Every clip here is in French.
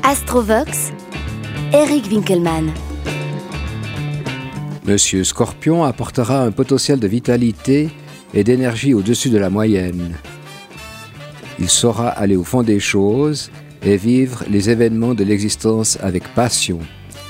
Astrovox, Eric Winkelmann. Monsieur Scorpion apportera un potentiel de vitalité et d'énergie au-dessus de la moyenne. Il saura aller au fond des choses et vivre les événements de l'existence avec passion.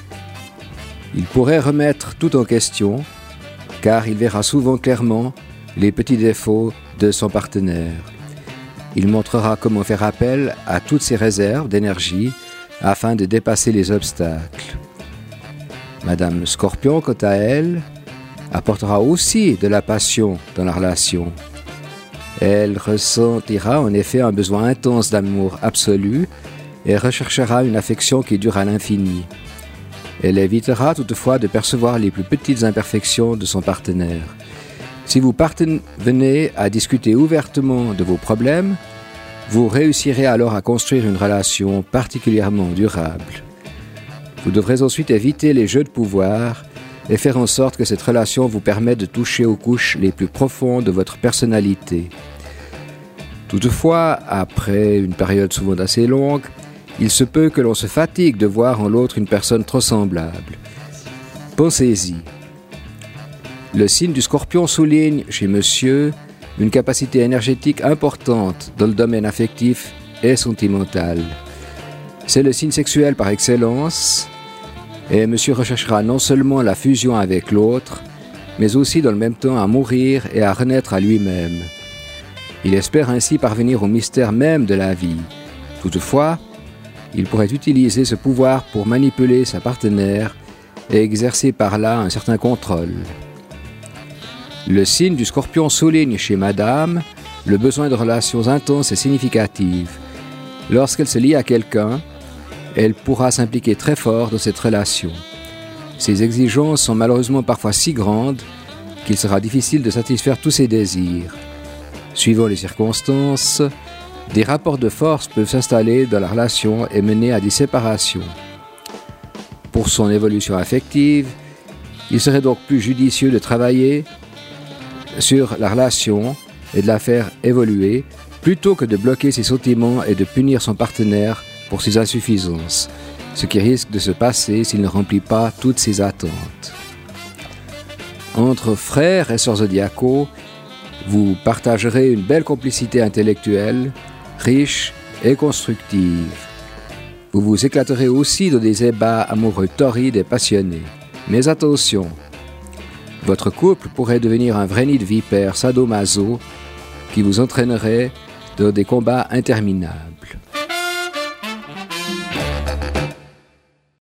Il pourrait remettre tout en question, car il verra souvent clairement les petits défauts de son partenaire. Il montrera comment faire appel à toutes ses réserves d'énergie afin de dépasser les obstacles. Madame Scorpion, quant à elle, apportera aussi de la passion dans la relation. Elle ressentira en effet un besoin intense d'amour absolu et recherchera une affection qui dure à l'infini. Elle évitera toutefois de percevoir les plus petites imperfections de son partenaire. Si vous parvenez à discuter ouvertement de vos problèmes, vous réussirez alors à construire une relation particulièrement durable. Vous devrez ensuite éviter les jeux de pouvoir et faire en sorte que cette relation vous permette de toucher aux couches les plus profondes de votre personnalité. Toutefois, après une période souvent assez longue, il se peut que l'on se fatigue de voir en l'autre une personne trop semblable. Pensez-y. Le signe du Scorpion souligne chez monsieur une capacité énergétique importante dans le domaine affectif et sentimental. C'est le signe sexuel par excellence et monsieur recherchera non seulement la fusion avec l'autre, mais aussi dans le même temps à mourir et à renaître à lui-même. Il espère ainsi parvenir au mystère même de la vie. Toutefois, il pourrait utiliser ce pouvoir pour manipuler sa partenaire et exercer par là un certain contrôle. Le signe du Scorpion souligne chez madame le besoin de relations intenses et significatives. Lorsqu'elle se lie à quelqu'un, elle pourra s'impliquer très fort dans cette relation. Ses exigences sont malheureusement parfois si grandes qu'il sera difficile de satisfaire tous ses désirs. Suivant les circonstances, des rapports de force peuvent s'installer dans la relation et mener à des séparations. Pour son évolution affective, il serait donc plus judicieux de travailler sur la relation et de la faire évoluer plutôt que de bloquer ses sentiments et de punir son partenaire pour ses insuffisances, ce qui risque de se passer s'il ne remplit pas toutes ses attentes. Entre frères et sœurs zodiacaux, vous partagerez une belle complicité intellectuelle, riche et constructive. Vous vous éclaterez aussi dans des débats amoureux torrides et passionnés. Mais attention, votre couple pourrait devenir un vrai nid de vipères sadomaso qui vous entraînerait dans des combats interminables.